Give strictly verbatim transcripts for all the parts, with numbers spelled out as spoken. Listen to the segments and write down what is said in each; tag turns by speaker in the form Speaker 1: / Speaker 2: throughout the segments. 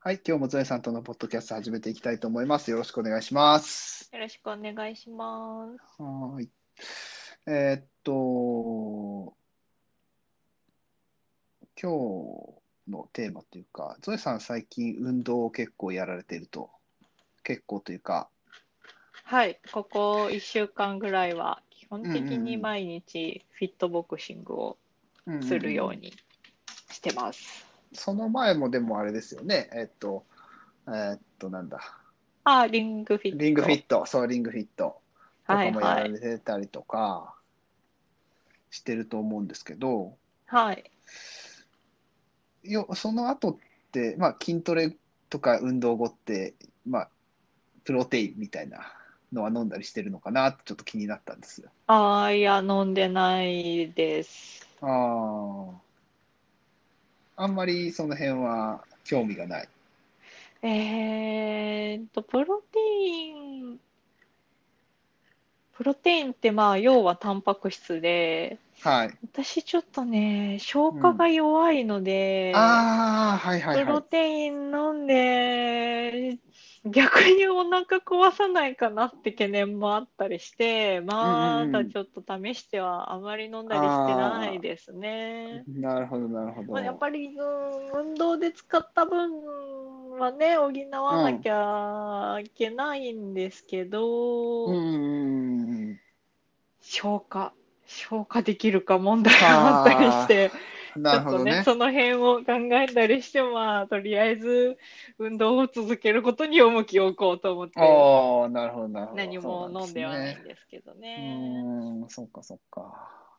Speaker 1: はい、今日もゾエさんとのポッドキャスト始めていきたいと思います。よろしくお願いします。
Speaker 2: よろしくお願いします。
Speaker 1: はーい。えーっと、今日のテーマというか、ゾエさん最近運動を結構やられていると、結構というか、
Speaker 2: はい、ここいっしゅうかんぐらいは基本
Speaker 1: うんうん
Speaker 2: 的に
Speaker 1: うん、
Speaker 2: 毎日フィットボクシングを
Speaker 1: うんうん
Speaker 2: する
Speaker 1: うんうん。
Speaker 2: ようにしてます。
Speaker 1: その前もでもあれですよね。えーっと、えーっと、なんだ。
Speaker 2: あ、リングフィッ
Speaker 1: リングフィ
Speaker 2: ト。
Speaker 1: ット、そう、リングフィットとかもやら
Speaker 2: はいはい。
Speaker 1: れてたりとかしてると思うんですけど、
Speaker 2: はい。
Speaker 1: よ、その後って、まあ、筋トレとか運動後って、まあ、プロテインみたいなのは飲んだりしてるのかなってちょっと気になったんですよ。
Speaker 2: あー、いや、飲んでないです。
Speaker 1: ああ、あんまりその辺は興味がない。
Speaker 2: えーっと、プロテイン、プロテインってまあ、要はタンパク質で、
Speaker 1: はい。
Speaker 2: 私ちょっとね、消
Speaker 1: うん。
Speaker 2: 化が弱いので、
Speaker 1: ああ、はいはい
Speaker 2: プロ
Speaker 1: はい。
Speaker 2: テイン飲んで、逆にお腹壊さないかなって懸念もあったりして、
Speaker 1: うんう
Speaker 2: まだ
Speaker 1: んうん。
Speaker 2: ちょっと試してはあまり飲んだりしてない
Speaker 1: ああ、
Speaker 2: ですね。
Speaker 1: なるほどなるほ
Speaker 2: まあ、やっ
Speaker 1: ど。
Speaker 2: ぱり、うん、運動で使った分はね、補わなき
Speaker 1: うん。
Speaker 2: ゃいけないんですけ
Speaker 1: うん
Speaker 2: ど、
Speaker 1: うんうんうん。
Speaker 2: 消化、消化できるか問題があったりし
Speaker 1: あ
Speaker 2: て、
Speaker 1: あ、な
Speaker 2: ちょっとね、
Speaker 1: るほどね。
Speaker 2: その辺を考えたりして、まあ、とりあえず運動を続けることに重きを置こうと思って、
Speaker 1: ああ、なるほどなるほど。
Speaker 2: 何
Speaker 1: そうなんで
Speaker 2: も飲んではない
Speaker 1: すね。
Speaker 2: んですけど
Speaker 1: う
Speaker 2: ね。
Speaker 1: ーん、そっかそっか。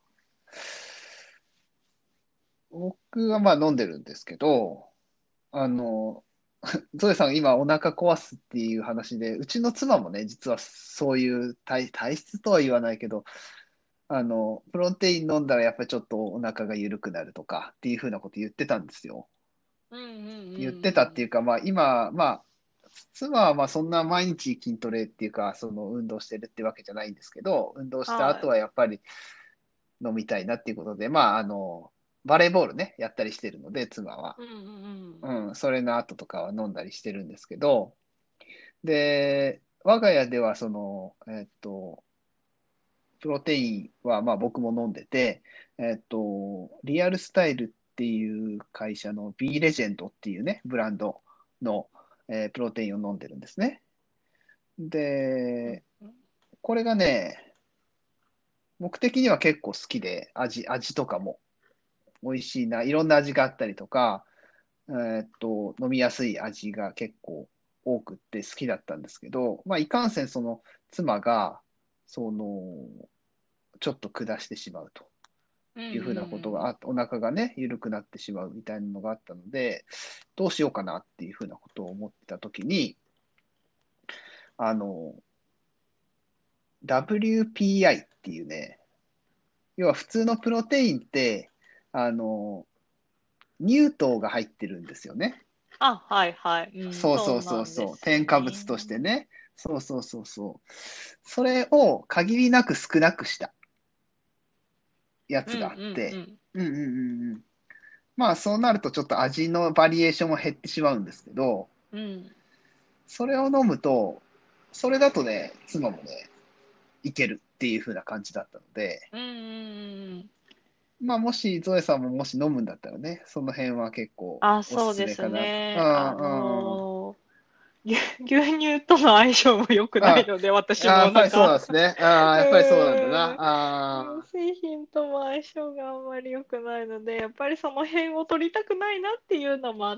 Speaker 1: 僕はまあ飲んでるんですけど、あの、ゾエさん今お腹壊すっていう話で、うちの妻もね、実はそういう体、体質とは言わないけど、あの、プロテイン飲んだらやっぱりちょっとお腹が緩くなるとかっていうふうなこと言ってたんですよ。
Speaker 2: うんうんうん
Speaker 1: 言ってたって
Speaker 2: うん。
Speaker 1: いうか、まあ今、まあ、妻はまあそんな毎日筋トレっていうか、その運動してるってわけじゃないんですけど、運動した後
Speaker 2: はい。
Speaker 1: はやっぱり飲みたいなっていうことで、まああの、バレーボールね、やったりしてるので、妻は。
Speaker 2: うんうん
Speaker 1: うん、それの後とかは飲んだりしてるんですけど、で、我が家ではその、えっと、プロテインはまあ僕も飲んでて、えっと、リアルスタイルっていう会社の B レジェンドっていうね、ブランドの、えープロテインを飲んでるんですね。で、
Speaker 2: うんうん。
Speaker 1: これがね、僕的には結構好きで、味、味とかも美味しいな、いろんな味があったりとか、えーっと、飲みやすい味が結構多くって好きだったんですけど、まあ、いかんせんその妻が、その、ちょっと下してしまうと
Speaker 2: うんうんう
Speaker 1: いうふうなことが
Speaker 2: ん。
Speaker 1: あって、お腹がね、緩くなってしまうみたいなのがあったので、どうしようかなっていうふうなことを思ってたときに、あの、ダブリューピーアイ っていうね、要は普通のプロテインって、あの、乳糖が入ってるんですよね。
Speaker 2: あ、はいはい。うん、
Speaker 1: そうそう
Speaker 2: そうな
Speaker 1: そうそう。
Speaker 2: んですよ
Speaker 1: 添加物
Speaker 2: ね。
Speaker 1: としてね。そうそうそうそう。それを限りなく少なくしたやつがあっ
Speaker 2: うんうんう
Speaker 1: て。
Speaker 2: ん。
Speaker 1: うんうんうんうん。まあそうなるとちょっと味のバリエーションも減ってしまうんですけど、
Speaker 2: うん。
Speaker 1: それを飲むと、それだとね、妻もね、いけるっていう風な感じだったので、
Speaker 2: うんうんうんうん。
Speaker 1: まあもしゾエさんももし飲むんだったらね、その辺は結構
Speaker 2: あ、
Speaker 1: おす
Speaker 2: そうです
Speaker 1: すめかなと。う
Speaker 2: ね。あ
Speaker 1: んうん。
Speaker 2: の牛牛乳との相性も良くない
Speaker 1: あ
Speaker 2: ので、私
Speaker 1: あ、やっぱりそう
Speaker 2: のお腹。
Speaker 1: なんですね。ああ、
Speaker 2: う
Speaker 1: やっぱりそうなんだな。
Speaker 2: ーん。乳
Speaker 1: ああ。
Speaker 2: 製品とも相性があんまり良くないので、やっぱりその辺を取りたくないなっていうのもあって、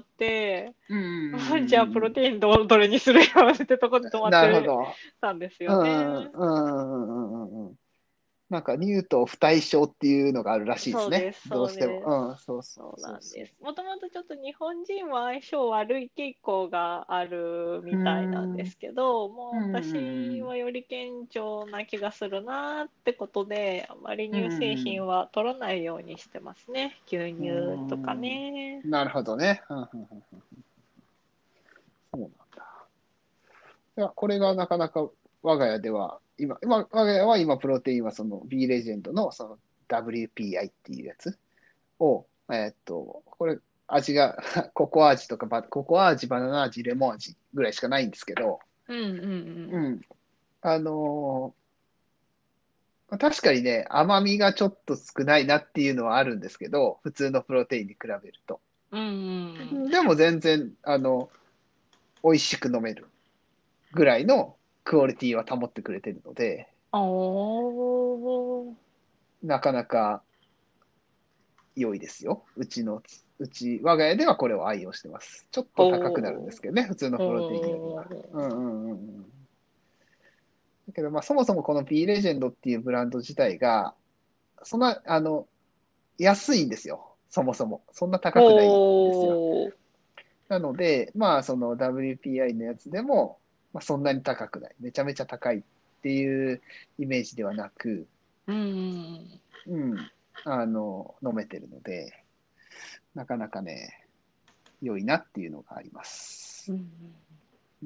Speaker 1: うん
Speaker 2: あ、じゃあプロ
Speaker 1: うん
Speaker 2: テインどどれにするよってとこで止まっ
Speaker 1: うん。なるほ
Speaker 2: て
Speaker 1: ど。
Speaker 2: たんですよ
Speaker 1: うんうん
Speaker 2: ね。
Speaker 1: うんうんうん。なんか、乳糖不対症っていうのがあるらしいですね。
Speaker 2: そうです、
Speaker 1: どうしても。
Speaker 2: そうです。
Speaker 1: うん、そうそう
Speaker 2: そう
Speaker 1: そうそ
Speaker 2: なんです。もともとちょっと日本人は相性悪い傾向がある
Speaker 1: う。うー
Speaker 2: みたいなん
Speaker 1: ん。うん
Speaker 2: ですけど、もう
Speaker 1: うんうん
Speaker 2: 私はより顕著な気がするなってことで、あまり
Speaker 1: うん。
Speaker 2: 乳製
Speaker 1: うん
Speaker 2: 品は取らないようにしてますね。牛
Speaker 1: う
Speaker 2: 乳とか
Speaker 1: ん。うーん。
Speaker 2: ね。
Speaker 1: なるほどね。うんうんうんうん。そうなんだ。いや、これがなかなか我が家では、今、今、我が家は今、プロテインはその B レジェンドのその ダブリューピーアイ っていうやつを、えーっと、これ味がココア味とかバ、ココア味、バナナ味、レモン味ぐらいしかないんですけど、
Speaker 2: うんうん
Speaker 1: うん。あのー確かにね、甘みがちょっと少ないなっていうのはあるんですけど、普通のプロテインに比べると。
Speaker 2: うん。うんうん。
Speaker 1: でも全然、あの、美味しく飲めるぐらいのクオリティは保ってくれてるので、
Speaker 2: おー。
Speaker 1: なかなか良いですよ。うちの、うち、我が家ではこれを愛用してます。ちょっと高くなるんで
Speaker 2: ほ
Speaker 1: すけどね、普通の
Speaker 2: う。
Speaker 1: プロテインよりは。う
Speaker 2: ほ
Speaker 1: んうんうんうん。だけど、まあ、そもそもこの B レジェンドっていうブランド自体が、そんな、あの、安いんですよ。そもそも。そんな
Speaker 2: う。
Speaker 1: 高くないんですよ。
Speaker 2: ほう。
Speaker 1: なので、まあ、その ダブリューピーアイ のやつでも、まあ、そんなに高くない。めちゃめちゃ高いっていうイメージではなく、
Speaker 2: うん。
Speaker 1: うん、あの、飲めてるので、なかなかね、良いなっていうのがあります。
Speaker 2: うん。
Speaker 1: うん、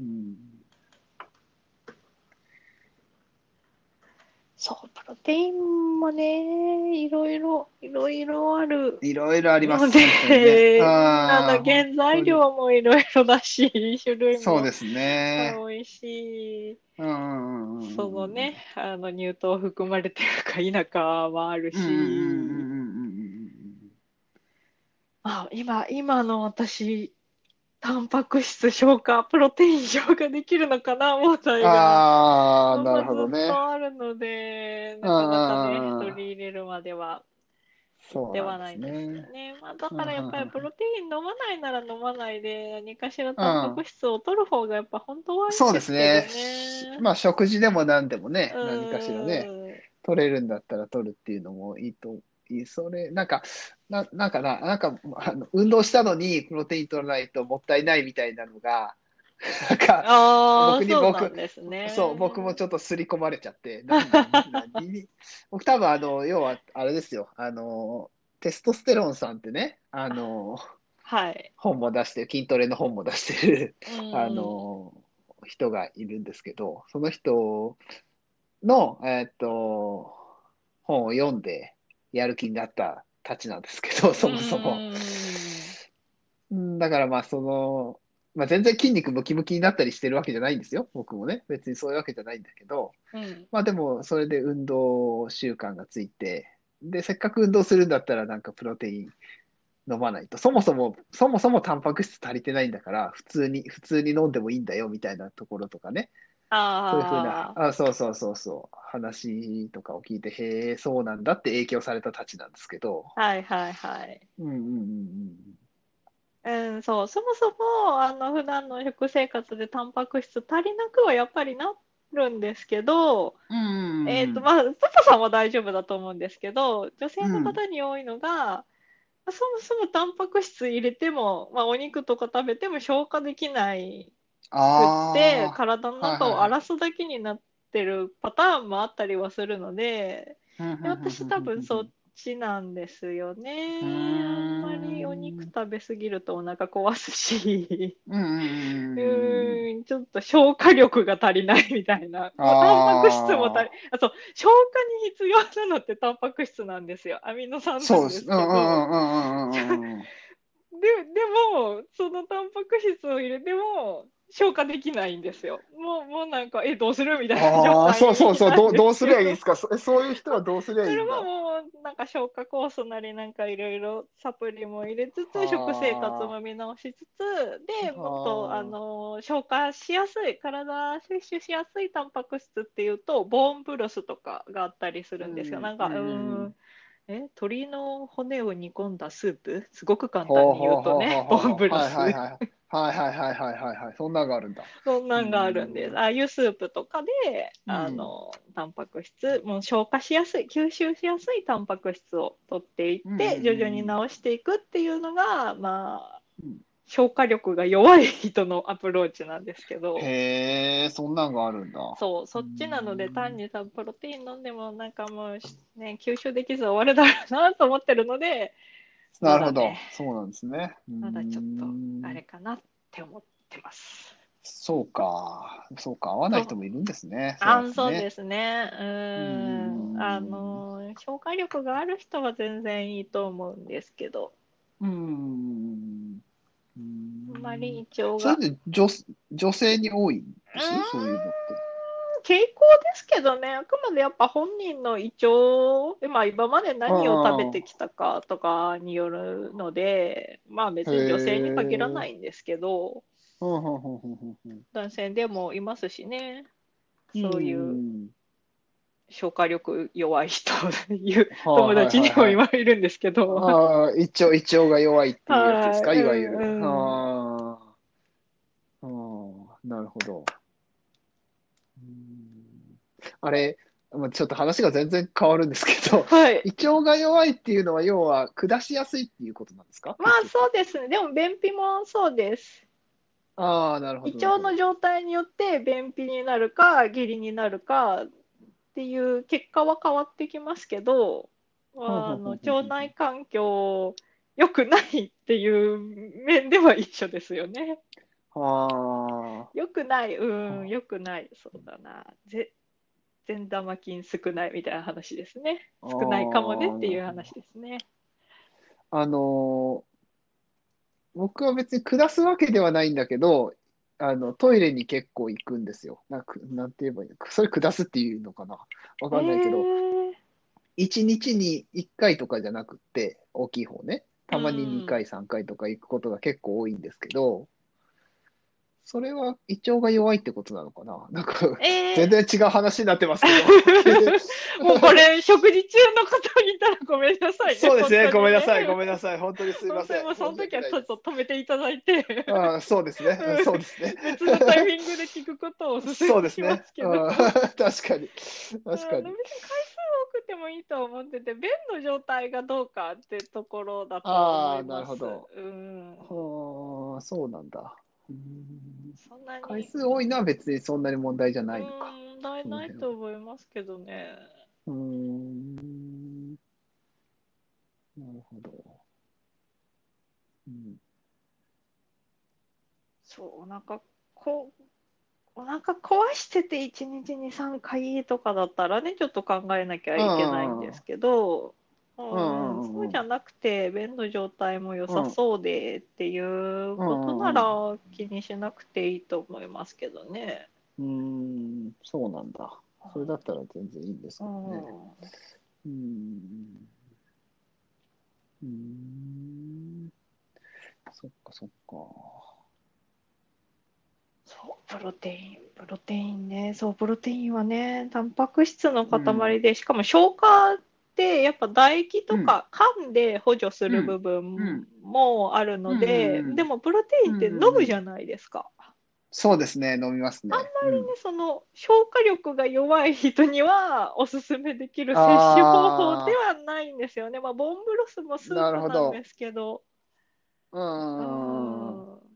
Speaker 2: そう、プロテインもね、いろいろ、いろいろある
Speaker 1: いろいろありま
Speaker 2: の
Speaker 1: す、本当にね。
Speaker 2: で、なんだ、
Speaker 1: ああ、本
Speaker 2: 原材
Speaker 1: 当に。
Speaker 2: 料もいろいろだし、種類も
Speaker 1: そうですね。
Speaker 2: 多いし、
Speaker 1: うんうんうんうんうんうん。
Speaker 2: そのね、あの、乳糖含まれてるか否かはある
Speaker 1: うんうんうんうんうん
Speaker 2: し、
Speaker 1: うんうん。
Speaker 2: あ、今、今の私、タンパク質消化、プロテイン消化できるのかな問題が、
Speaker 1: ああ、なる
Speaker 2: まあ、ずっ
Speaker 1: ほどね。
Speaker 2: とあるので、
Speaker 1: うん
Speaker 2: なかなかね、
Speaker 1: うんうんうん。
Speaker 2: 取り入れるまでは行っ
Speaker 1: そうなんです
Speaker 2: てはないんですよ
Speaker 1: ね。
Speaker 2: ね。まあ、だ
Speaker 1: うんうん
Speaker 2: からやっぱりプロテイン飲まないなら飲まないで、何かしら
Speaker 1: うん。う
Speaker 2: タンパク
Speaker 1: ん。
Speaker 2: 質を取る方がやっぱ本当はいいん
Speaker 1: そう
Speaker 2: ですけど
Speaker 1: ですね。し
Speaker 2: ね。
Speaker 1: まあ、食事でも何でも
Speaker 2: う
Speaker 1: ね、何かしらね、
Speaker 2: ーん。
Speaker 1: 取れるんだったら取るっていうのもいいと、いい。それ、なんか、な、なんかな、なんか、あの、運動したのにプロテイン取らないともったいないみたいなのが、なんか、
Speaker 2: ああ、
Speaker 1: 僕に僕、
Speaker 2: そうなんです
Speaker 1: そう、僕も
Speaker 2: ね。
Speaker 1: ちょっと刷り込まれちゃって、な、何、何に、僕多分あの、要は、あれですよ、あの、テストステロンさんってね、あの、
Speaker 2: はい。
Speaker 1: 本も出してる、筋トレの本も出してる、
Speaker 2: う
Speaker 1: あ
Speaker 2: ーん。
Speaker 1: の、人がいるんですけど、その人の、えーっと、本を読んでやる気になったたちなんですけど、
Speaker 2: う
Speaker 1: そもそも。
Speaker 2: ーん。
Speaker 1: うんだからまあ、その、まあ、全然筋肉ムキムキになったりしてるわけじゃないんですよ。僕もね。別にそういうわけじゃないんだけど。
Speaker 2: うん。
Speaker 1: まあでも、それで運動習慣がついて、で、せっかく運動するんだったらなんかプロテイン飲まないと。そもそも、そもそもタンパク質足りてないんだから、普通に、普通に飲んでもいいんだよみたいなところとかね。そういうふうな、
Speaker 2: ああ、
Speaker 1: あ、そうそうそうそう、話とかを聞いて、へえ、そうなんだって影響されたたちなんですけど。
Speaker 2: はいはいはい。
Speaker 1: うんうんうん
Speaker 2: うん、そう、そもそも、あの、普段の食生活でタンパク質足りなくはやっぱりなるんですけど、
Speaker 1: うん。うん
Speaker 2: えっと、
Speaker 1: うん
Speaker 2: まあ、パパさんは大丈夫だと思うんですけど、女性の
Speaker 1: うん。うん。
Speaker 2: 方に多いのが、そもそもタンパク質入れても、まあ、お肉とか食べても消化できないくって、
Speaker 1: あ
Speaker 2: 体の
Speaker 1: あ、はい
Speaker 2: 中
Speaker 1: はいはい。
Speaker 2: を荒らすだけになってるパターンもあったりはするので、
Speaker 1: うんうん
Speaker 2: で、
Speaker 1: うん
Speaker 2: 私多分そっちなんですよ
Speaker 1: うんうん
Speaker 2: ね。あんまりお肉
Speaker 1: うーん。
Speaker 2: 食べ過ぎるとお腹壊すし、
Speaker 1: うんうん
Speaker 2: う
Speaker 1: うんうん。
Speaker 2: ーん、ちょっと消化力が足りないみたいな。もうタンパク質も足り、
Speaker 1: ああ、
Speaker 2: あ、そう、消化に必要なのってタンパク質なんですよ。アミノ酸な
Speaker 1: そうです。
Speaker 2: んです
Speaker 1: うんうんう
Speaker 2: けど、
Speaker 1: んうんうんうんうん。
Speaker 2: で、でも、そのタンパク質を入れても消化できないんですよ。もう、もうなんか、え、どうするみたいな状
Speaker 1: ああ、そうそうそう。
Speaker 2: 態なん
Speaker 1: どう、どうす
Speaker 2: ですけど。
Speaker 1: りゃいいんですか？そ、そういう人はどうすりゃ
Speaker 2: それ
Speaker 1: いいんだ？
Speaker 2: はもう、なんか消化酵素なりなんかいろいろサプリも入れつつ、食生活
Speaker 1: は
Speaker 2: も見直しつつ、で、
Speaker 1: あ、
Speaker 2: もっと、あ
Speaker 1: はあ。
Speaker 2: の、消化しやすい、体摂取しやすいタンパク質っていうと、ボーンブロスとかがあったりす
Speaker 1: う
Speaker 2: るんですよ。
Speaker 1: ん、
Speaker 2: なんか、う
Speaker 1: うん、うん。
Speaker 2: ーん、え、鶏の骨を煮込んだスープすごく簡単
Speaker 1: ほう
Speaker 2: に言う
Speaker 1: ほうほうほう
Speaker 2: とね、ボーン
Speaker 1: ほうほう。はいはい
Speaker 2: ブロス。
Speaker 1: はい。はいはいはいはいはいはい。そんなのがあるんだ。
Speaker 2: そん
Speaker 1: うー
Speaker 2: なんがあるんです。
Speaker 1: ん。
Speaker 2: ああいうスープとかで、
Speaker 1: うん。
Speaker 2: あの、タンパク質、もう消化しやすい、吸収しやすいタンパク質を取っていっ
Speaker 1: うんうん
Speaker 2: て、徐々に
Speaker 1: うん
Speaker 2: 直していくっていうのが、まあ、
Speaker 1: うん。
Speaker 2: 消化力が弱い人のアプローチなんですけど、
Speaker 1: へえ、そんなんがあるんだ。
Speaker 2: そう、
Speaker 1: うー
Speaker 2: そっちなので単
Speaker 1: ん。
Speaker 2: に多分プロテイン飲んでもなんかもうね、吸収できず終わるだろうなと思ってるので、まだね、
Speaker 1: なるほど。そうなんですね。うー
Speaker 2: まだちょっとあ
Speaker 1: ん。
Speaker 2: れかなって思ってます。
Speaker 1: そうか。そうか。合わない
Speaker 2: そう
Speaker 1: 人もいるんですね。そうやっ
Speaker 2: あ、そうで
Speaker 1: てね。
Speaker 2: すね。う
Speaker 1: うんうん
Speaker 2: ーん。あ
Speaker 1: うん
Speaker 2: の、消化力がある人は全然いいと思うんですけど。
Speaker 1: うんうん。うんうんうん
Speaker 2: んまり胃腸
Speaker 1: それ
Speaker 2: が。
Speaker 1: で女、女性に多いん
Speaker 2: う
Speaker 1: ですそういうのって。
Speaker 2: ーん、傾向ですけどね、あくまでやっぱ本人の胃腸、まあ、今まで何を食べて
Speaker 1: あ
Speaker 2: きたかとかによるので、まあ
Speaker 1: あ、へ
Speaker 2: 別に女性に限らな
Speaker 1: え。
Speaker 2: いんですけど、
Speaker 1: ほんほんほんほんほんほん。
Speaker 2: 男性でもいますしね、
Speaker 1: う
Speaker 2: そういう
Speaker 1: ん。
Speaker 2: 消化力弱い人いう友
Speaker 1: はいはい
Speaker 2: 達にも
Speaker 1: はいはい。
Speaker 2: 今いるんですけど、
Speaker 1: ああ、胃腸、胃腸が弱いっていうやつです
Speaker 2: はい、
Speaker 1: か、いわゆ
Speaker 2: う
Speaker 1: る。
Speaker 2: んうん。
Speaker 1: ああ、ああ、なるほど。うん、あれ、まあちょっと話が全然変わるんですけど、
Speaker 2: はい。
Speaker 1: 胃腸が弱いっていうのは、要は、下しやすいっていうことなんですか、
Speaker 2: まあそ
Speaker 1: 結局。
Speaker 2: うですね。でも便秘もそうです。
Speaker 1: ああ、なるほど、なる
Speaker 2: 胃腸
Speaker 1: ほど。
Speaker 2: の状態によって便秘になるか下痢になるかっていう結果は変わってきますけど、
Speaker 1: ほんほ
Speaker 2: あの
Speaker 1: んほんほん
Speaker 2: 腸内環境良くないっていう面では一緒ですよね。
Speaker 1: ほん。あ
Speaker 2: 良くない、
Speaker 1: あ、
Speaker 2: うん、
Speaker 1: は
Speaker 2: 良くない、そうだな。ぜ善玉菌少ないみたいな話ですね。
Speaker 1: あ、あ
Speaker 2: 少ないかもねっ
Speaker 1: あ、
Speaker 2: ていう
Speaker 1: なるほど。
Speaker 2: 話ですね。
Speaker 1: あのー僕は別に下すわけではないんだけど、あの、トイレに結構行くんですよ。なんか、なんて言えばいいのか。それ下すっていうのかな。わ
Speaker 2: え
Speaker 1: かんないけど、
Speaker 2: ー、
Speaker 1: いちにちにいっかいとかじゃなくって、大きい方ね。
Speaker 2: う
Speaker 1: たまに2
Speaker 2: ん。
Speaker 1: 回、さんかいとか行くことが結構多いんですけど、それは胃腸が弱いってことなのかな。なんか、全
Speaker 2: え
Speaker 1: 然違う話になってますけど。
Speaker 2: ー、もうこれ、食事中の方にいたらごめんなさいね、
Speaker 1: そうですね。
Speaker 2: 本当にね。
Speaker 1: ごめんなさい。ごめんなさい。本当にすいません。
Speaker 2: 本当にもうその
Speaker 1: 申し
Speaker 2: 時はちょっと
Speaker 1: 訳ないです。
Speaker 2: 止めていただいて、
Speaker 1: ああ、そうですね。うん、そうですね。
Speaker 2: うん、別のタイミングで聞くことをお勧
Speaker 1: そう
Speaker 2: めしま
Speaker 1: ですね。
Speaker 2: すけど。
Speaker 1: うん、確かに。
Speaker 2: あ
Speaker 1: 確かに。
Speaker 2: の別に回数多くてもいいと思ってて、便の状態がどうかってところだと思
Speaker 1: ああ、な
Speaker 2: います。
Speaker 1: るほど。
Speaker 2: うん。
Speaker 1: はあ、そうなんだ。うん、
Speaker 2: そんな
Speaker 1: 回
Speaker 2: に、
Speaker 1: 数多いのは別にそんなに問題じゃ
Speaker 2: う
Speaker 1: ないのか。
Speaker 2: ん、問題ない
Speaker 1: その辺は。
Speaker 2: と思いますけどね。
Speaker 1: うーん、なるほど。うん、
Speaker 2: そう、お腹こう、お腹壊してていちにちにさんかいとかだったらね、ちょっと考えなきゃ
Speaker 1: う
Speaker 2: いけないん
Speaker 1: ん、うん、
Speaker 2: ですけど、う
Speaker 1: う
Speaker 2: ん、そう
Speaker 1: ん、うん、
Speaker 2: じゃなくて、便の状態も良さ
Speaker 1: うん、
Speaker 2: そうでっていう
Speaker 1: う
Speaker 2: ことなら
Speaker 1: ん、
Speaker 2: 気にしなくていいと思いますけどね。
Speaker 1: うん、うん、そうなんだ。それだったら全然いいんです
Speaker 2: う
Speaker 1: けどね。
Speaker 2: ん、
Speaker 1: うん、うん、そっかそっか。
Speaker 2: そう、プロテイン、プロテインね、そう、プロテインはね、タンパク質の
Speaker 1: うん、
Speaker 2: 塊で、しかも消化ってやっぱ唾液と
Speaker 1: うん、
Speaker 2: か噛んで補助す
Speaker 1: うん、
Speaker 2: る部分
Speaker 1: うん、
Speaker 2: もあるの
Speaker 1: うん、
Speaker 2: で、
Speaker 1: うん、
Speaker 2: でもプロテイ
Speaker 1: うん、
Speaker 2: ンって飲
Speaker 1: うん、うん。
Speaker 2: むじゃないですか。
Speaker 1: そうですね。飲みます
Speaker 2: あんま
Speaker 1: ね。うん。
Speaker 2: りね、その消化力が弱い人にはおすすめできる摂取方法で
Speaker 1: あ
Speaker 2: はないんですよね。まあ、ボンブロスも
Speaker 1: ー、
Speaker 2: スー
Speaker 1: なる
Speaker 2: プなんで
Speaker 1: ほど。
Speaker 2: すけど、
Speaker 1: う
Speaker 2: うー
Speaker 1: ーん。
Speaker 2: ん、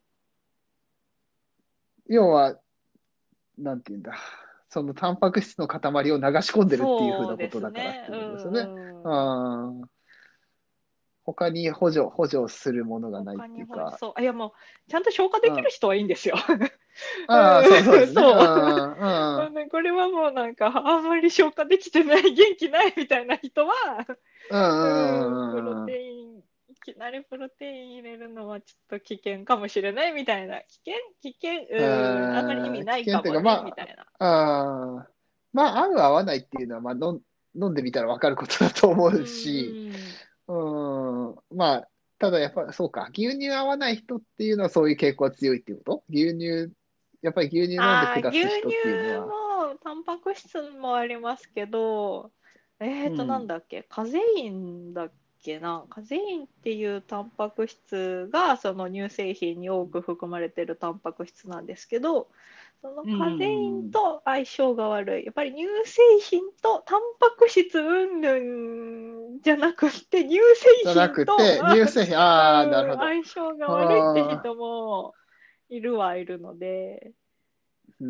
Speaker 1: 要は、なんて言うんだ。そのタンパク質の塊を流し込んでるっていうふう
Speaker 2: そうで
Speaker 1: なこと
Speaker 2: すね。
Speaker 1: だからっていう
Speaker 2: う
Speaker 1: ことですよね。
Speaker 2: んうん。
Speaker 1: あー、他に補助、補助するものがないっ
Speaker 2: 他に
Speaker 1: ていうか。
Speaker 2: ほそう、あ、いやもう、ちゃんと消化できる
Speaker 1: うん。
Speaker 2: 人はいいんですよ。
Speaker 1: ああ、そうそうで
Speaker 2: うん、
Speaker 1: すね。う
Speaker 2: そう。
Speaker 1: ん、うん、
Speaker 2: もうね、これはもうなんか、あんまり消化できてない、元気ないみたいな人は、
Speaker 1: う
Speaker 2: うん、プロ
Speaker 1: ん、うん、
Speaker 2: テイン、いきなりプロテイン入れるのはちょっと危険かもしれないみたいな、危険、危険、
Speaker 1: う
Speaker 2: うん、あんまり意味
Speaker 1: ん、
Speaker 2: な
Speaker 1: 危険っていうか、
Speaker 2: いかもね、み
Speaker 1: ま
Speaker 2: たいな。
Speaker 1: あ、あー、まあ、合う合わないっていうのは、まあ、飲ん飲んでみたらわかることだと思
Speaker 2: う
Speaker 1: うし、
Speaker 2: ん、
Speaker 1: うん、まあ、ただやっぱそうか、牛乳合わない人っていうのはそういう傾向が強いっていうこと、牛乳、やっぱり牛乳飲んで
Speaker 2: ああ、牛乳
Speaker 1: 下す人っていうのは、
Speaker 2: もタンパク質もありますけど、えーと、なん
Speaker 1: うん、
Speaker 2: だっけ、カゼインだっけな。カゼインっていうタンパク質がその乳製品に多く含まれているタンパク質なんですけど、その
Speaker 1: う
Speaker 2: カゼイン
Speaker 1: ん、
Speaker 2: と相性が悪い。やっぱり乳製品とタンパク質云々じゃなくって、乳製
Speaker 1: じゃな
Speaker 2: 品と、
Speaker 1: くて、乳製品、ああ、なる
Speaker 2: うん、
Speaker 1: ほど。
Speaker 2: 相性が悪いって
Speaker 1: ああ、
Speaker 2: 人もいるはいるので、
Speaker 1: うん、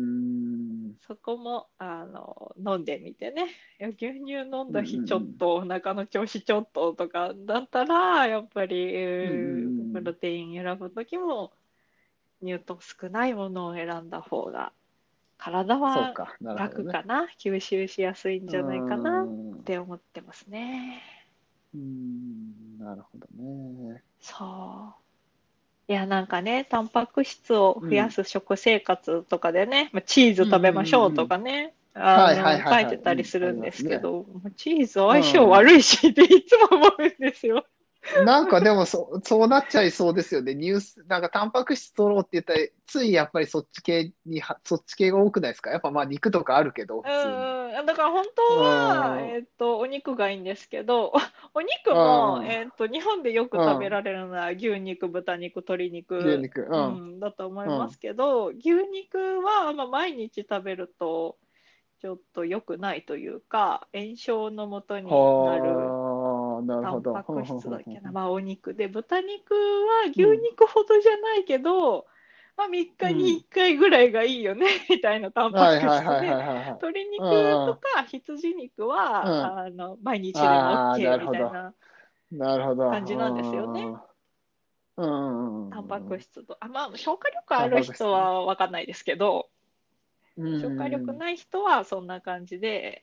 Speaker 2: そこもあの飲んでみてね。いや牛乳飲ん
Speaker 1: うん、う
Speaker 2: だ日ちょっ
Speaker 1: ん、
Speaker 2: とお腹の調子ちょっととかだったらやっぱり、
Speaker 1: うん、うん、
Speaker 2: うープロ
Speaker 1: うん、
Speaker 2: テイン選ぶ時も乳糖少ないものを選んだ方が体は
Speaker 1: そうか、なるほどね。
Speaker 2: 楽かな、吸収しやすいん
Speaker 1: う
Speaker 2: じゃないかなっ
Speaker 1: ん、
Speaker 2: て思ってますね。
Speaker 1: うん、なるほどね。
Speaker 2: そう。 いや、なんかね、タンパク質を増や
Speaker 1: うん。
Speaker 2: す食生活とかでね、まあチーズ
Speaker 1: うんうん
Speaker 2: 食べましょう
Speaker 1: うんうん。
Speaker 2: とかね、あ
Speaker 1: はいはい
Speaker 2: の、
Speaker 1: はいはい。
Speaker 2: 書いてたり
Speaker 1: うん。あり
Speaker 2: するんです
Speaker 1: ますね。
Speaker 2: けど、まあチーズ相性
Speaker 1: うん。
Speaker 2: 悪いしっていつも思うんですよ。
Speaker 1: なんかでもそ、そうなっちゃいそうですよね。ニュース、なんかタンパク質取ろうって言ったら、ついやっぱりそっち系には、そっち系が多くないですか？やっぱまあ肉とかあるけど、
Speaker 2: う
Speaker 1: 普通に。
Speaker 2: ん、だから本当
Speaker 1: う
Speaker 2: は、
Speaker 1: ん。うん。
Speaker 2: えっと、お肉がいいんですけど、お肉も、えっと、日本でよく
Speaker 1: うん。
Speaker 2: 食べられるのは牛肉、豚肉、鶏肉、
Speaker 1: 牛肉。うん。
Speaker 2: うん、だと思い
Speaker 1: うん。
Speaker 2: ますけど、牛肉は、まあ、毎日食べると、ちょっと良くないというか、炎症のもとになる
Speaker 1: はあ、なるほど。
Speaker 2: タンパク
Speaker 1: ふんふん
Speaker 2: 質だっけな、
Speaker 1: ふんふんふん。
Speaker 2: まあ、お肉で、豚肉は牛
Speaker 1: うん。
Speaker 2: 肉ほどじゃないけど、まあ、みっかに
Speaker 1: うん。
Speaker 2: いっかいぐらいがいいよねみたいなタンパ
Speaker 1: はい
Speaker 2: ク質で、
Speaker 1: はいはいはいはいはい。
Speaker 2: 鶏
Speaker 1: う
Speaker 2: 肉と
Speaker 1: ん
Speaker 2: か羊肉
Speaker 1: うん。う
Speaker 2: は
Speaker 1: ん。
Speaker 2: あの毎日でも
Speaker 1: ああ、な
Speaker 2: OK
Speaker 1: るほど。
Speaker 2: みたいな
Speaker 1: なるほ
Speaker 2: 感じなんですよね。
Speaker 1: ど。うん。うん。
Speaker 2: タンパ
Speaker 1: うん。うん。
Speaker 2: ク質と。あ、まあ、消化力あ
Speaker 1: タン
Speaker 2: る
Speaker 1: パク質ね。
Speaker 2: 人は分かんないですけど、
Speaker 1: う
Speaker 2: 消化力
Speaker 1: ん。
Speaker 2: ない人はそんな感じで、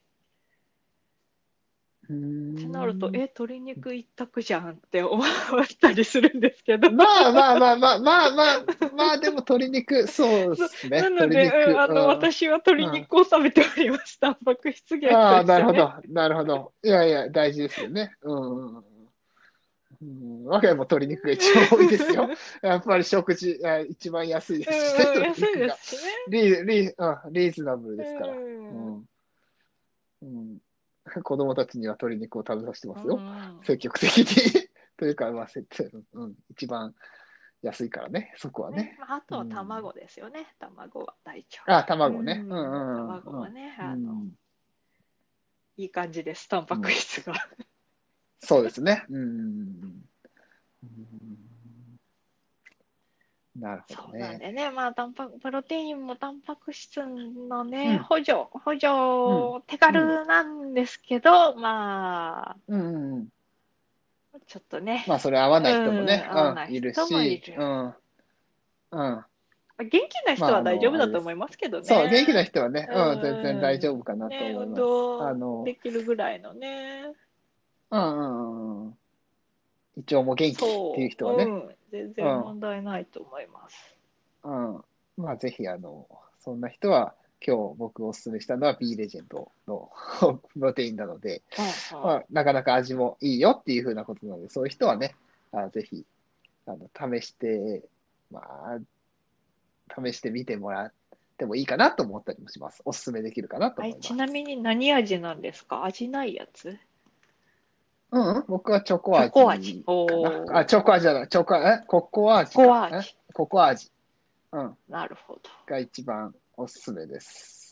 Speaker 1: う
Speaker 2: ってなると、
Speaker 1: ん。
Speaker 2: え、鶏肉一択じゃんって思ったりするんですけど。
Speaker 1: まあまあまあまあまあまあ、まあでも鶏肉、そうで
Speaker 2: そう
Speaker 1: すね。
Speaker 2: なので、うん、
Speaker 1: 鶏肉。
Speaker 2: あの、
Speaker 1: うん。
Speaker 2: 私は鶏
Speaker 1: うん。
Speaker 2: 肉を食べております。タンパク質源と
Speaker 1: ああ、
Speaker 2: してね。
Speaker 1: なるほど。なるほど。いやいや、大事ですよね。うん。うんうん、我が家も鶏肉が一番多いですよ。やっぱり食事、あ一番安いで
Speaker 2: う
Speaker 1: すしね、
Speaker 2: ん、うん、
Speaker 1: 鶏
Speaker 2: 安い
Speaker 1: 肉が。
Speaker 2: ですしね。
Speaker 1: リー、リー、うん、リーズナブル
Speaker 2: う
Speaker 1: ですから。う
Speaker 2: ん。
Speaker 1: ん。うん、子供たちには鶏肉を食べさせてま
Speaker 2: う
Speaker 1: すよ。
Speaker 2: ん。
Speaker 1: 積極的に。というか、まあ、せうん、一番安いからね、そこは
Speaker 2: ね、
Speaker 1: ね。
Speaker 2: まあ、あとは
Speaker 1: うん。
Speaker 2: 卵ですよね。卵は大丈
Speaker 1: あ、
Speaker 2: 夫。う
Speaker 1: 卵ね。うん
Speaker 2: ん。
Speaker 1: うんうん
Speaker 2: 卵はね、
Speaker 1: う
Speaker 2: あの、
Speaker 1: ん。
Speaker 2: いい感じです。タンパク
Speaker 1: うん。
Speaker 2: 質が。
Speaker 1: そうですね。うん。うん、なるほ
Speaker 2: そうなん
Speaker 1: どね。
Speaker 2: でね、まあ、タンパク、プロテインもタンパク質のね、
Speaker 1: うん、
Speaker 2: 補助、補
Speaker 1: うん、
Speaker 2: 助、手
Speaker 1: うん、
Speaker 2: 軽なんですけど、ま
Speaker 1: うん、うん。
Speaker 2: あ、ちょっとね、
Speaker 1: まあ、それ合わ
Speaker 2: う
Speaker 1: ない人も
Speaker 2: ん、
Speaker 1: ね、
Speaker 2: 合わ
Speaker 1: うん、
Speaker 2: ない
Speaker 1: いる
Speaker 2: 人もい
Speaker 1: し、
Speaker 2: る。
Speaker 1: うん、うん。
Speaker 2: 元気な
Speaker 1: まあ、
Speaker 2: 人は
Speaker 1: あの、
Speaker 2: 大丈夫だと
Speaker 1: あれです。
Speaker 2: 思いますけど
Speaker 1: そう、元気な
Speaker 2: ね。
Speaker 1: 人はね、
Speaker 2: う
Speaker 1: うん、全然大丈夫
Speaker 2: ん、
Speaker 1: かなと
Speaker 2: ね、運
Speaker 1: 思います。あ
Speaker 2: 動で
Speaker 1: の、
Speaker 2: きるぐらいのね。
Speaker 1: うん、うん、うん。胃腸も元気っていう
Speaker 2: そう、
Speaker 1: 人はね、
Speaker 2: うん、全
Speaker 1: うん、
Speaker 2: 然問題ないと思います。
Speaker 1: うん。まあ、ぜひ、あの、そんな人は、今日僕おすすめしたのは B レジェンドのプロテインなので、
Speaker 2: うんうん。
Speaker 1: まあ、なかなか味もいいよっていうふうなことなので、そういう人はね、あ、ぜひ、あの、試して、まあ、試してみてもらってもいいかなと思ったりもします。おすすめできるかなと
Speaker 2: はい、
Speaker 1: 思います。
Speaker 2: ちなみに何味なんですか？味ないやつ？
Speaker 1: うん、うん、僕はチョコ
Speaker 2: チョコ味。
Speaker 1: 味かな。あ、チョ
Speaker 2: おー、
Speaker 1: コ味じゃない、チョコ、え、ココ
Speaker 2: コ
Speaker 1: 味か。え、
Speaker 2: コア味。
Speaker 1: ココ味。うん、
Speaker 2: なるほど。
Speaker 1: が一番おすすめです。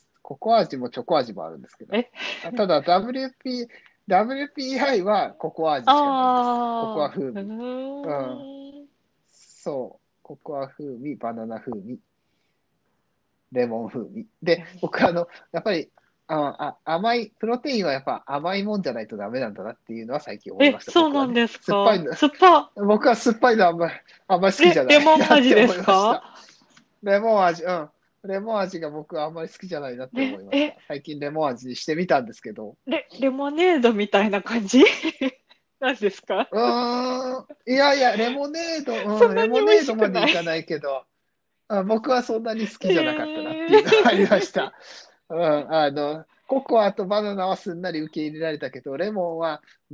Speaker 1: ココ味もチョコ味もあるんですけど。
Speaker 2: え、
Speaker 1: あただ ダブリューピー、ダブリューピーアイ はココア味しかないんです。ココア
Speaker 2: あー、う
Speaker 1: 風味。うん。
Speaker 2: ーん。
Speaker 1: そう。ココア風味、バナナ風味、レモン風味。で、
Speaker 2: レモン。
Speaker 1: 僕あの、やっぱり、あ、あ、甘い、プロテインはやっぱ甘いもんじゃないとダメなんだなっていうのは最近思いま
Speaker 2: え、
Speaker 1: した、
Speaker 2: そう
Speaker 1: 僕はね。
Speaker 2: なんです
Speaker 1: 酸っぱいの、
Speaker 2: か？酸っぱ、
Speaker 1: 僕は酸っぱいのあんまり、あんまり好きじ
Speaker 2: レ、
Speaker 1: ゃない
Speaker 2: レモン
Speaker 1: なって思
Speaker 2: 味です
Speaker 1: いました。
Speaker 2: か？
Speaker 1: レモン味、うん。レモン味が僕はあんまり好きじゃないなって思
Speaker 2: レ、え、
Speaker 1: いました。最近レモン味にしてみたんですけど。
Speaker 2: レ、レモネードみたいな感じなんですか？
Speaker 1: うーん。いやいや、レモネード、うん、
Speaker 2: そんなに美味
Speaker 1: レモネード
Speaker 2: しくない？
Speaker 1: までいかないけど、あ、僕はそんなに好きじゃなかったなっていうのはありまし
Speaker 2: え
Speaker 1: た。うん、あの、ココアとバナナはすんなり受け入れられたけど、レモンは、うん、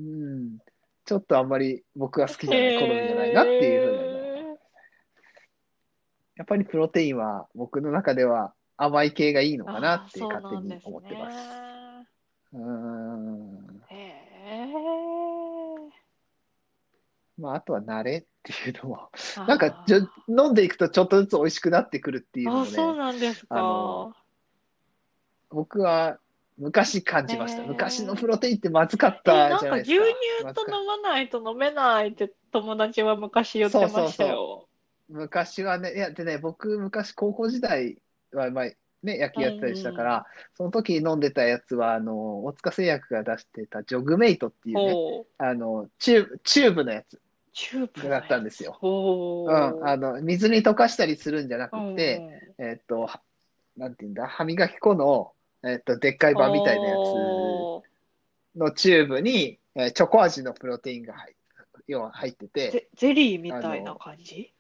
Speaker 1: ちょっとあんまり僕は好き
Speaker 2: ー、
Speaker 1: じゃない、好みじゃないなっていうふうなのは。
Speaker 2: えー、
Speaker 1: やっぱりプロテインは僕の中では甘い系がいいのかな
Speaker 2: ああ、
Speaker 1: って
Speaker 2: そう
Speaker 1: 勝手に
Speaker 2: なんです
Speaker 1: 思ってます。
Speaker 2: ね。
Speaker 1: うーん。
Speaker 2: へえ。
Speaker 1: まあ、あとは慣れっていうのも、なんかじょ、
Speaker 2: あ
Speaker 1: 飲んでいくとちょっとずつ美味しくなってくるっていうの
Speaker 2: あ、あ、
Speaker 1: もね、
Speaker 2: そうなんです
Speaker 1: あの、
Speaker 2: か。
Speaker 1: 僕は昔感
Speaker 2: へ
Speaker 1: じました。昔のプ
Speaker 2: え。
Speaker 1: ロテインってまずかっ
Speaker 2: え、
Speaker 1: たじゃ
Speaker 2: なんか牛乳
Speaker 1: ないですか。まずか。
Speaker 2: と飲まないと飲めないって友達は昔言っ
Speaker 1: そう
Speaker 2: てました
Speaker 1: そうそ
Speaker 2: よ。
Speaker 1: う。昔はね、いや、でね、僕、昔高校時代は、まあ、ね、野
Speaker 2: う
Speaker 1: 球やってたりしたか
Speaker 2: ん。
Speaker 1: ら、その時飲んでたやつは、あの、大塚製薬が出してたジョグメイトっていうね、
Speaker 2: ほう。
Speaker 1: あの、チューブ、チューブのやつ
Speaker 2: チューブ
Speaker 1: だっ
Speaker 2: のやつ。
Speaker 1: たんですよ。うん、
Speaker 2: ほ
Speaker 1: あの、水に溶かしたりするんじゃな
Speaker 2: う。う
Speaker 1: くて、
Speaker 2: ん。
Speaker 1: えっと、はなんていうんだ、歯磨き粉の、えっと、でっかい版みたいなやつ
Speaker 2: おー。
Speaker 1: のチューブに、えーチョコ味のプロテインが入要は入ってて、
Speaker 2: ゼ、ゼリーみたいな
Speaker 1: あの、
Speaker 2: 感じ？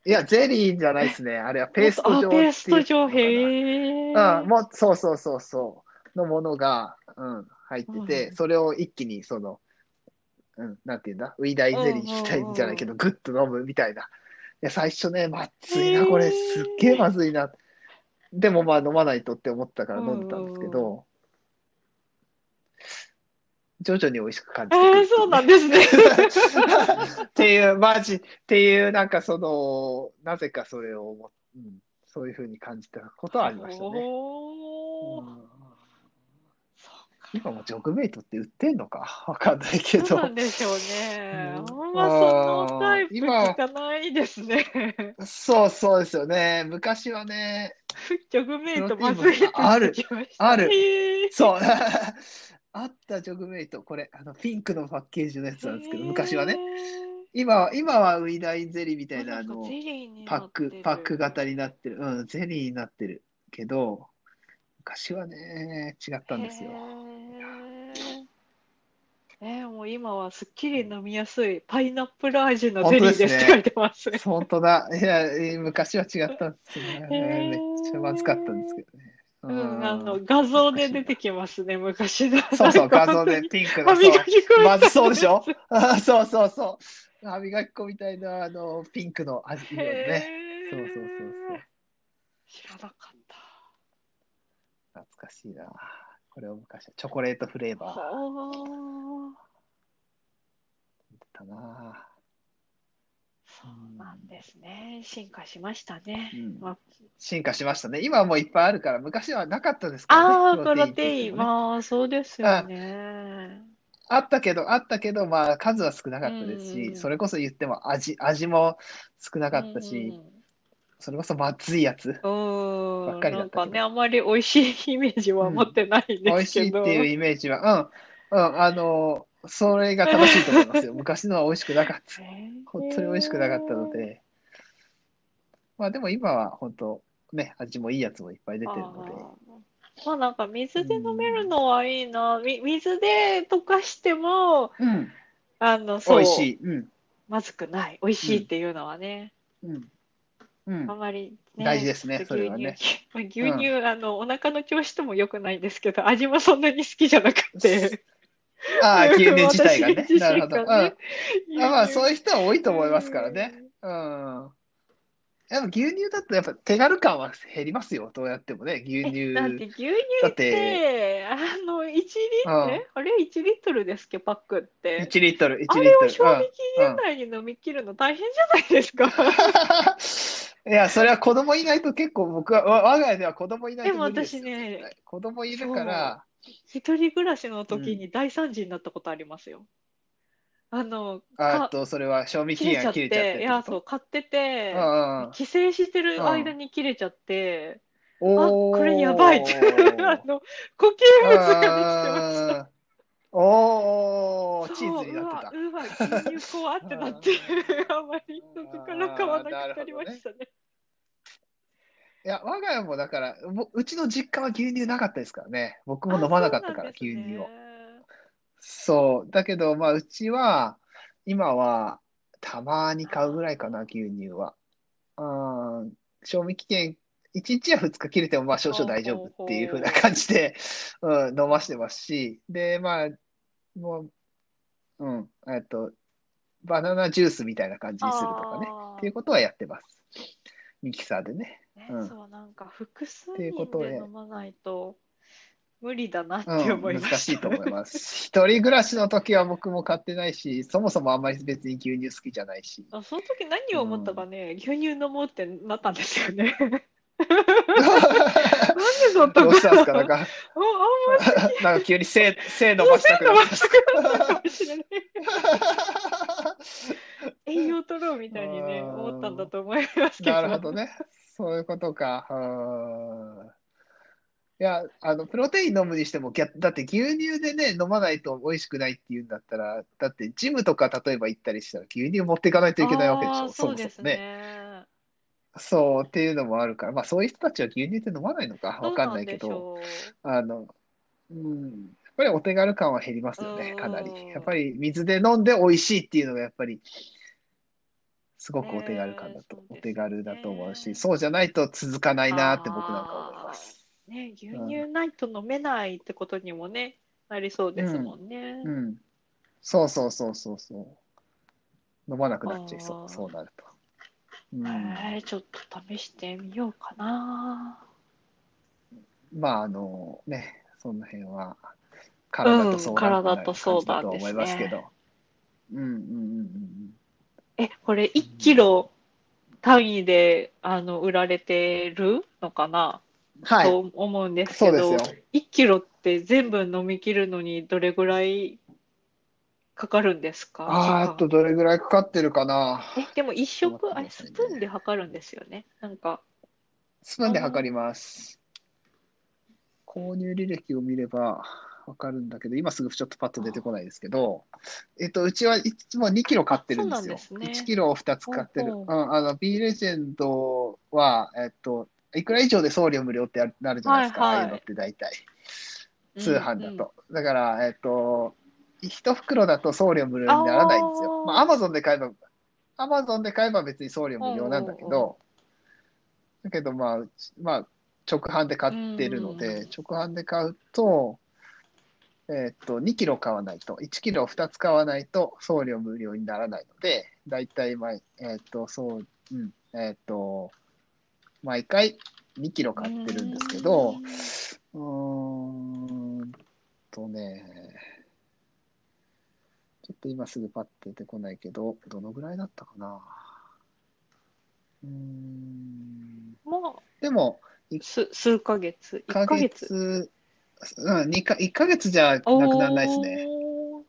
Speaker 1: いや、ゼリーじゃないですね。あれはペース
Speaker 2: もっと、あ、
Speaker 1: ト状っ
Speaker 2: ペース
Speaker 1: ていう
Speaker 2: ト状、
Speaker 1: のかな。うん、
Speaker 2: へえ。
Speaker 1: もう、そうそうそうそう、のものが、うん、入ってて、
Speaker 2: うん
Speaker 1: それを一気に、その、うん、なんていうんだ、ウイダイ
Speaker 2: うん
Speaker 1: ゼリーみたいじゃないけど、
Speaker 2: うんうん。
Speaker 1: グッと飲むみたいな。いや、最初ね、まずいな、これ、
Speaker 2: へ
Speaker 1: すっげえま
Speaker 2: え。
Speaker 1: ずいな。でもまあ飲まないとって思ったか
Speaker 2: う
Speaker 1: ら飲んでたんですけ
Speaker 2: んうんうん。
Speaker 1: ど、徐々に美味しく感じてく
Speaker 2: えー、そう
Speaker 1: るっていうね。
Speaker 2: なんですね。
Speaker 1: っていう、マジ、っていう、なんかその、なぜかそれを思っ、うん、そういうふうに感じたことはありましたね。う
Speaker 2: おー、
Speaker 1: ん、
Speaker 2: そう
Speaker 1: 今もジョ
Speaker 2: か。
Speaker 1: グメイトって売ってんのかわかんないけ
Speaker 2: どうな
Speaker 1: ど。
Speaker 2: んでしょうね。あ
Speaker 1: うん、
Speaker 2: んまそのタ
Speaker 1: あー
Speaker 2: イプ聞
Speaker 1: 今、
Speaker 2: かないですね。
Speaker 1: そうそうですよね。昔はね、
Speaker 2: ジョグメイト
Speaker 1: プロテインも
Speaker 2: まずいって
Speaker 1: あ、ある、
Speaker 2: 聞きました。
Speaker 1: ある。
Speaker 2: へえ。
Speaker 1: そう。あったジョグメイト。これ、あの、ピンクのパッケージのやつ
Speaker 2: へ
Speaker 1: なんですけど、昔はね。
Speaker 2: え。
Speaker 1: 今は、今はウイダインゼリーみた
Speaker 2: あ、
Speaker 1: いな、
Speaker 2: なんかゼ
Speaker 1: あの、
Speaker 2: リーになっ
Speaker 1: パック、パック
Speaker 2: てる。
Speaker 1: 型になってる。うん、ゼリーになってるけど、昔はね、違ったん
Speaker 2: へ
Speaker 1: ですよ。
Speaker 2: え。えー、もう今はすっきり飲みやすいパイナップル味の
Speaker 1: 本当で
Speaker 2: ゼリーですって書い
Speaker 1: すね。
Speaker 2: てます。
Speaker 1: 本当だ。いや、えー昔は違ったんですよ
Speaker 2: へ
Speaker 1: ね。めっちゃまずかったんです
Speaker 2: え。
Speaker 1: けどね。う
Speaker 2: うん、あ
Speaker 1: ん、
Speaker 2: の、画像
Speaker 1: 懐かしいな。
Speaker 2: で出てきますね、昔の。
Speaker 1: そうそう、
Speaker 2: なんか
Speaker 1: 画像で
Speaker 2: 本当に
Speaker 1: ピンクの、
Speaker 2: 歯磨
Speaker 1: そう、
Speaker 2: き粉み
Speaker 1: まず
Speaker 2: たいな
Speaker 1: そうでしょ？
Speaker 2: やつ。
Speaker 1: あ、そうそうそう。歯磨き粉みたいな、あの、ピンクの味、
Speaker 2: へ
Speaker 1: 色のね。そうそうそうそう。
Speaker 2: え。知らなかった。
Speaker 1: 懐かしいな。これを昔はチョコレートフレーバ
Speaker 2: はあ。
Speaker 1: ーだな。
Speaker 2: そ
Speaker 1: う
Speaker 2: うなん
Speaker 1: ん、
Speaker 2: ですね。進化しましたね。
Speaker 1: うん。
Speaker 2: ま
Speaker 1: 進化しましたね。今はもういっぱいあるから、昔はなかったですからね。
Speaker 2: あ、あー、プ
Speaker 1: プロテインって言っ
Speaker 2: ロテイン。
Speaker 1: てもね。
Speaker 2: まあ、そうですよ
Speaker 1: あ、
Speaker 2: ね。
Speaker 1: あったけど、あったけど、まあ、数は少なか
Speaker 2: う
Speaker 1: ったですし、
Speaker 2: ん。
Speaker 1: それこそ言っても味、味も少な
Speaker 2: う
Speaker 1: かったし、
Speaker 2: ん。
Speaker 1: それこそまずいやつ
Speaker 2: うーん、
Speaker 1: ばっかり
Speaker 2: なんかね、
Speaker 1: だったけど。
Speaker 2: あんまり美味しいイメージは持っ
Speaker 1: うん。
Speaker 2: てないんです
Speaker 1: 美味しいっていう
Speaker 2: けど。
Speaker 1: イメージは、うん、うん、あの、それが正しいと思いますよ。昔のは美味しくなかった。
Speaker 2: へ
Speaker 1: 本当に美味しくなかったの
Speaker 2: え。
Speaker 1: で、まあでも今は本当、ね、味もいいやつもいっぱい出てるので、
Speaker 2: ああ。まあなんか
Speaker 1: う
Speaker 2: 水で飲める
Speaker 1: ん、
Speaker 2: のはいいな。み、水で溶かしても、
Speaker 1: うん、
Speaker 2: あの、そ
Speaker 1: 美味しい、うん、
Speaker 2: う、まずくない。美味
Speaker 1: うん、
Speaker 2: しいっていうのはね。
Speaker 1: うん、うん、
Speaker 2: あんまりね、
Speaker 1: 大事ですね、
Speaker 2: ちょっと牛乳、
Speaker 1: それはね。
Speaker 2: まあ
Speaker 1: うん。
Speaker 2: 牛乳、あの、お腹の調子とも良くないんですけど、味もそんなに好きじゃなくて、
Speaker 1: ああ、牛乳自体がね。
Speaker 2: 私自
Speaker 1: なるほど。うん。
Speaker 2: 身がね、
Speaker 1: あ、まあ、そう
Speaker 2: 牛乳、
Speaker 1: いう人は多いと
Speaker 2: う
Speaker 1: 思いますからね。
Speaker 2: ん。
Speaker 1: うん。やっぱ牛乳だとやっぱ手軽感は減りますよ。どうやってもね。牛
Speaker 2: え、だっ
Speaker 1: 乳。
Speaker 2: て牛乳っ
Speaker 1: だって、
Speaker 2: て、あの、いちリ、
Speaker 1: うん。
Speaker 2: えあれいちリットルですっけ、パックって。
Speaker 1: いちリットル、
Speaker 2: あ
Speaker 1: いちリットル。
Speaker 2: れを賞
Speaker 1: うん。
Speaker 2: 味期
Speaker 1: うん。
Speaker 2: 限内に飲み切るの大変じゃないですか。
Speaker 1: いや、それは子供いないと結構僕は、わ我が家では子供いない
Speaker 2: でも
Speaker 1: と無理です
Speaker 2: 私
Speaker 1: よ、絶
Speaker 2: ね、
Speaker 1: 対。子供いるか
Speaker 2: そう、
Speaker 1: ら、
Speaker 2: 一人暮らしの
Speaker 1: うん。
Speaker 2: 時に大惨事になったことありますよ。あの、か、
Speaker 1: あと、それは賞味期
Speaker 2: 切れちゃ
Speaker 1: 限が切れちゃって
Speaker 2: って、いや、そう、
Speaker 1: ってこと？
Speaker 2: 買って
Speaker 1: う
Speaker 2: て、
Speaker 1: んうん
Speaker 2: 帰省してる
Speaker 1: うん。うん。
Speaker 2: 間に切れちゃって、あ、これやばいって、あ
Speaker 1: おー。
Speaker 2: の、呼
Speaker 1: う
Speaker 2: 吸不ができてました。
Speaker 1: ーん。おー、チーズ
Speaker 2: そう、うわ、
Speaker 1: になってた。
Speaker 2: うわ、牛乳怖ってなって、あまり飲むから買わ
Speaker 1: あー、なる
Speaker 2: なくなり
Speaker 1: ほどね。
Speaker 2: ましたね。
Speaker 1: いや、我が家もだから、ぼうちの実家は牛乳なかったですからね。僕も
Speaker 2: あ、
Speaker 1: 飲まな
Speaker 2: そう
Speaker 1: かったから、
Speaker 2: なんです
Speaker 1: 牛乳を。
Speaker 2: ね。
Speaker 1: そう。だけど、まあ、うちは、今は、たまに買うぐらいかな、牛乳は。あー、賞味期限、いちにちやふつか切れても、まあ、少々大丈夫
Speaker 2: ほうほう
Speaker 1: っていう風な感
Speaker 2: ほ
Speaker 1: じで、うん、飲ましてますし、で、まあ、もう、うん、えっと、バナナジュースみたいな感
Speaker 2: う。
Speaker 1: じにするとかね。って
Speaker 2: ああ、
Speaker 1: いうことはやってます。ミキサーでね。う
Speaker 2: ね、
Speaker 1: ん。っ
Speaker 2: そう、なんか複数
Speaker 1: ていうこと
Speaker 2: 人で
Speaker 1: をや、
Speaker 2: 飲まないと無理だなって
Speaker 1: うん、
Speaker 2: 思いました。
Speaker 1: 難しいと思います。一人暮らしの時は僕も買ってないし、そもそもあんまり別に牛乳好きじゃないし。
Speaker 2: あ、その時何を思ったか
Speaker 1: うん。
Speaker 2: ね、牛乳飲もうってなったんですよね。なんでだった
Speaker 1: どうしたんですか？
Speaker 2: かな。あ、あんま
Speaker 1: なんか、
Speaker 2: 好き、
Speaker 1: なんか急に背、背伸
Speaker 2: そう、
Speaker 1: ばしたく
Speaker 2: 鮮度
Speaker 1: なったんですか？
Speaker 2: はしたくなったのかもしれない。栄養取ろうみ
Speaker 1: う
Speaker 2: たいにね、思ったんだ
Speaker 1: ん。
Speaker 2: と思いますけ
Speaker 1: なるほ
Speaker 2: ど。
Speaker 1: どね。そういうことか。うん。いや、あの、プロテイン飲むにしても、逆だって牛乳でね、飲まないと美味しくないっていうんだったら、だってジムとか例えば行ったりしたら牛乳持っていかないといけないわけでし
Speaker 2: ああ、
Speaker 1: ょ、そ
Speaker 2: そうです
Speaker 1: もそもね。
Speaker 2: ね。
Speaker 1: そうっていうのもあるから、まあそういう人たちは牛乳って飲まないのかわ
Speaker 2: どう
Speaker 1: かん
Speaker 2: なんでし
Speaker 1: ないけど、
Speaker 2: ょ
Speaker 1: あの、うん、やっぱりお手軽感は減りま
Speaker 2: う。う
Speaker 1: すよね、かなり。やっ
Speaker 2: ーん。
Speaker 1: ぱり水で飲んで美味しいっていうのがやっぱりすごくお手軽感
Speaker 2: ねえ、
Speaker 1: だと、お
Speaker 2: そうですよ
Speaker 1: 手軽だと思うし、
Speaker 2: ね。
Speaker 1: そうじゃないと続かないなって僕なんか思いま
Speaker 2: あ
Speaker 1: す。
Speaker 2: あ、ね、牛
Speaker 1: うん。
Speaker 2: 乳ないと飲めないってことにもね、なりそうですも
Speaker 1: うん。
Speaker 2: んね。
Speaker 1: うん。そうそうそうそうそう。飲まなくなっちゃいそう。
Speaker 2: あ
Speaker 1: そうなると。う
Speaker 2: あ、
Speaker 1: ん。
Speaker 2: えー、ちょっと試してみようかな。
Speaker 1: まあ、あのね、その辺は体と
Speaker 2: うん、
Speaker 1: 相談って
Speaker 2: 体と
Speaker 1: な感じだ
Speaker 2: 相談で
Speaker 1: とは思いますけ
Speaker 2: すね。
Speaker 1: ど。うんうんうん
Speaker 2: え、これいち
Speaker 1: うんうん。
Speaker 2: キロ単位で、あの、売られてるのかな
Speaker 1: はい。
Speaker 2: と思うんです
Speaker 1: そうですよ。
Speaker 2: けど、いちキロって全部飲み切るのにどれぐらいかかるんですか、時
Speaker 1: あーっと、
Speaker 2: 間。
Speaker 1: どれぐらいかかってるかな。
Speaker 2: え、でも一
Speaker 1: ちょっと待って
Speaker 2: 食、あれ、
Speaker 1: くださいね。
Speaker 2: スプーンで測るんですよね。なんか、
Speaker 1: スプー
Speaker 2: あ
Speaker 1: ンで測り
Speaker 2: ー
Speaker 1: ます。購入履歴を見ればわかるんだけど、今すぐちょっとパッと出てこないですけど、えっと、うちはいつもにキロ買っ
Speaker 2: あ、
Speaker 1: て
Speaker 2: そうなんで
Speaker 1: るんですよ。1
Speaker 2: すね。
Speaker 1: キロをふたつ
Speaker 2: ほ
Speaker 1: 買ってる。
Speaker 2: うほ
Speaker 1: うん、あの、B レジェンドは、えっと、いくら以上で送料無料ってあなるじ
Speaker 2: う。はい
Speaker 1: ゃないですか。ああいうのっ
Speaker 2: はい。
Speaker 1: て大体。通
Speaker 2: うんうん。
Speaker 1: 販だと。だから、えっと、一袋だと送料無料
Speaker 2: あ
Speaker 1: にならないんですよ。まあ、アマ
Speaker 2: あ、
Speaker 1: ゾンで買えば、アマゾンで買えば別に送料
Speaker 2: うん
Speaker 1: 無料なんだけ
Speaker 2: うんうん。
Speaker 1: ど、だけどまあ、うちまあ、直販で買
Speaker 2: う
Speaker 1: ってるので、
Speaker 2: ん。
Speaker 1: 直販で買うと、えっと、にキロ買わないと、いちキロふたつ買わないと送料無料にならないので、だいたい毎、えっと、そう、うん、えっと、毎回にキロ
Speaker 2: う
Speaker 1: 買ってるんですけど、
Speaker 2: ん。
Speaker 1: うーんとね、ちょっと今すぐパッと出てこないけど、どのぐらいだったかな。うーん。
Speaker 2: まあ、
Speaker 1: でも、1
Speaker 2: す、数ヶ月。1
Speaker 1: ヶ
Speaker 2: ヶ月。
Speaker 1: 月、うん、にか、いっかげつじゃなくならないですね。
Speaker 2: おー。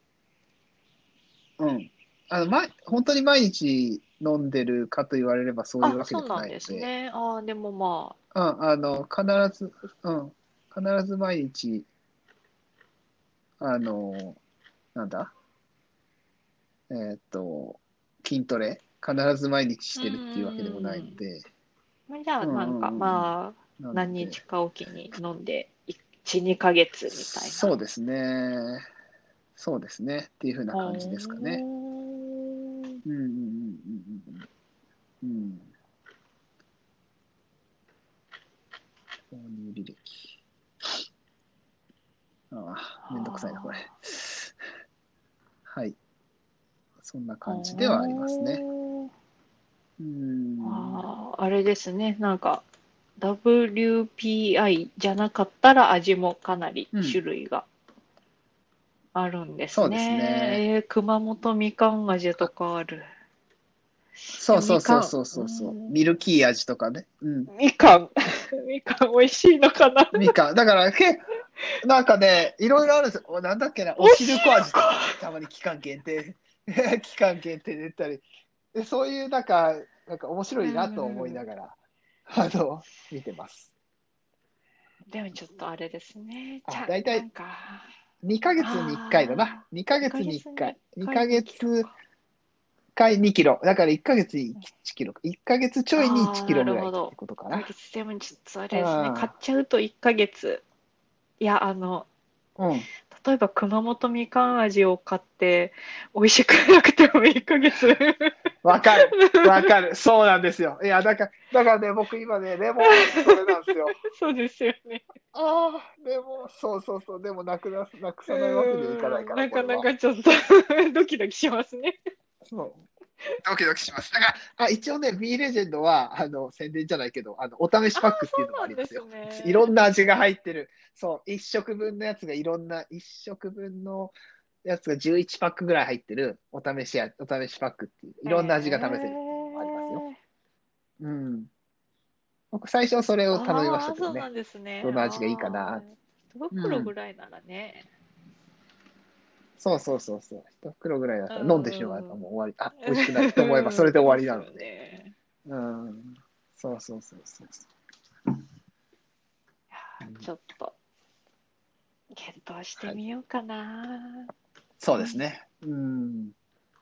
Speaker 1: うん。あの、ま、本当に毎日飲んでるかと言われればそういう
Speaker 2: あ、
Speaker 1: わけでも
Speaker 2: そうなんで
Speaker 1: ないので、
Speaker 2: すね。ああ、でもま
Speaker 1: うん、あの、必ず、うん、必ず毎日、あの、なんだ、えーっと、筋トレ、必ず毎日し
Speaker 2: あ、う
Speaker 1: てるっていうわけでもないの
Speaker 2: ん。
Speaker 1: で、
Speaker 2: まあじゃあ、
Speaker 1: うんう
Speaker 2: なんか、
Speaker 1: んうんうん。
Speaker 2: まあ、
Speaker 1: なので、
Speaker 2: 何日かおきに飲んで、いち、にかげつみたいな。
Speaker 1: そうですね。そうですね。っていう風な
Speaker 2: ほ
Speaker 1: 感じですかね。
Speaker 2: ー。
Speaker 1: うんうんうんうんうんうん。うん。購入履歴。ああ、めんどくさいな、これ。
Speaker 2: あ
Speaker 1: はい。そんな
Speaker 2: あ、
Speaker 1: 感じではありますね。
Speaker 2: ほー。
Speaker 1: うん。
Speaker 2: ああ、あれですね。なんか、ダブリューピーアイ じゃなかったら味もかなり
Speaker 1: うん。
Speaker 2: 種類があるんです
Speaker 1: そうですね。
Speaker 2: ね。えー、熊本みかん味と
Speaker 1: あ、
Speaker 2: かある。でも
Speaker 1: そうそう
Speaker 2: みかん、
Speaker 1: そうそう
Speaker 2: うー
Speaker 1: そうそう。ミルキ
Speaker 2: ん、
Speaker 1: ー味とかね。うん。
Speaker 2: みかん、みかん美味しいのかな。
Speaker 1: みかん。だから、け、なんかね、いろいろあるんですよ。おなんだっけな、おし
Speaker 2: おしる
Speaker 1: るこ味とかね。
Speaker 2: こ。
Speaker 1: たまに期間限定、期間限定で出たり。で、そういう、なんか、なんか面白
Speaker 2: う
Speaker 1: いなと思い
Speaker 2: ん。
Speaker 1: ながら、あの、見てます。
Speaker 2: でもちょっとあれですね。じ
Speaker 1: あ、
Speaker 2: ゃあ、な
Speaker 1: だいたい
Speaker 2: んか、
Speaker 1: にかげつにいっかいだな。
Speaker 2: ああ、2
Speaker 1: にかげつに1
Speaker 2: ヶ月に1
Speaker 1: 回。2
Speaker 2: 回
Speaker 1: ヶ
Speaker 2: にキロ
Speaker 1: 月
Speaker 2: か。
Speaker 1: 回にキロ。だからいっかげつにいちキロ。いっかげつちょいに1
Speaker 2: ああ、な
Speaker 1: キロぐらいって
Speaker 2: るほど。1
Speaker 1: ことかな。
Speaker 2: ヶ月でもちょっとあれですね。買っ
Speaker 1: あ
Speaker 2: ちゃうといっかげつ。いや、あの、
Speaker 1: あ、うん。
Speaker 2: 例えば熊本みかん味を買って、美味しくなくてもいっかげつ。
Speaker 1: わかる。わかる。そうなんですよ。いや、だから、だからね、僕今ね、レモン味それなんですよ。
Speaker 2: そうですよね。
Speaker 1: ああ、でも、そうそうそう。でも、なくな、なく
Speaker 2: う
Speaker 1: さないわけにはいかない
Speaker 2: ーん、
Speaker 1: から、
Speaker 2: なかな
Speaker 1: これは。
Speaker 2: かちょっとドキドキしますね。
Speaker 1: そう。ドキドキします。だから、あ、一応ね、B レジェンドは、あの、宣伝じゃないけど、あの、お試
Speaker 2: ああ、
Speaker 1: しパックっていうのも
Speaker 2: そうなんです
Speaker 1: ありますよ。いろん
Speaker 2: ね。
Speaker 1: な味が入ってる。そう、一食分のやつがいろんな、一食分のやつがじゅういちパックぐらい入ってる、お試しや、お試しパックっていう、い
Speaker 2: へ
Speaker 1: ろんな味が試せるっていうのもありますよ。
Speaker 2: え。
Speaker 1: うん。僕、最初それを頼みまし
Speaker 2: ああ、
Speaker 1: たけどね。
Speaker 2: そうなんですね。
Speaker 1: どの味がいいか
Speaker 2: ああ、
Speaker 1: な。
Speaker 2: 一
Speaker 1: うん。
Speaker 2: 袋ぐらいならね。
Speaker 1: そうそうそうそう。一袋ぐらいだっ
Speaker 2: う
Speaker 1: たら飲んでしまえば
Speaker 2: んうん。
Speaker 1: もう終わり。あ、美味しくないって思えばそれで終わ
Speaker 2: ですよ
Speaker 1: りなので。
Speaker 2: ね。
Speaker 1: うん。そうそうそうそうそう。うん、
Speaker 2: ちょっと検討して
Speaker 1: はい。
Speaker 2: みようかな。
Speaker 1: そう
Speaker 2: うん、
Speaker 1: ですね。うん。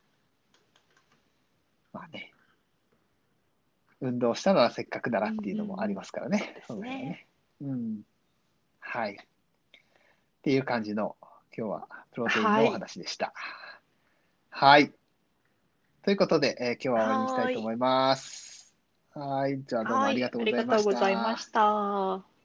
Speaker 1: まあね。運動したのはせっかくなら
Speaker 2: うん、うん、
Speaker 1: っていうのもあり
Speaker 2: うん。
Speaker 1: ますから
Speaker 2: そうで
Speaker 1: ね。そ
Speaker 2: すね。
Speaker 1: の辺はね。うん。はい。っていう感じの今日はプロテインのお
Speaker 2: はい。
Speaker 1: 話でした。はい。 ということで、えー今日は終わりにしたい
Speaker 2: はーい。
Speaker 1: と思います。はい。じゃあどうもあ
Speaker 2: はい。
Speaker 1: りがとう
Speaker 2: ありがとう
Speaker 1: ございまし
Speaker 2: ございま
Speaker 1: た。
Speaker 2: した。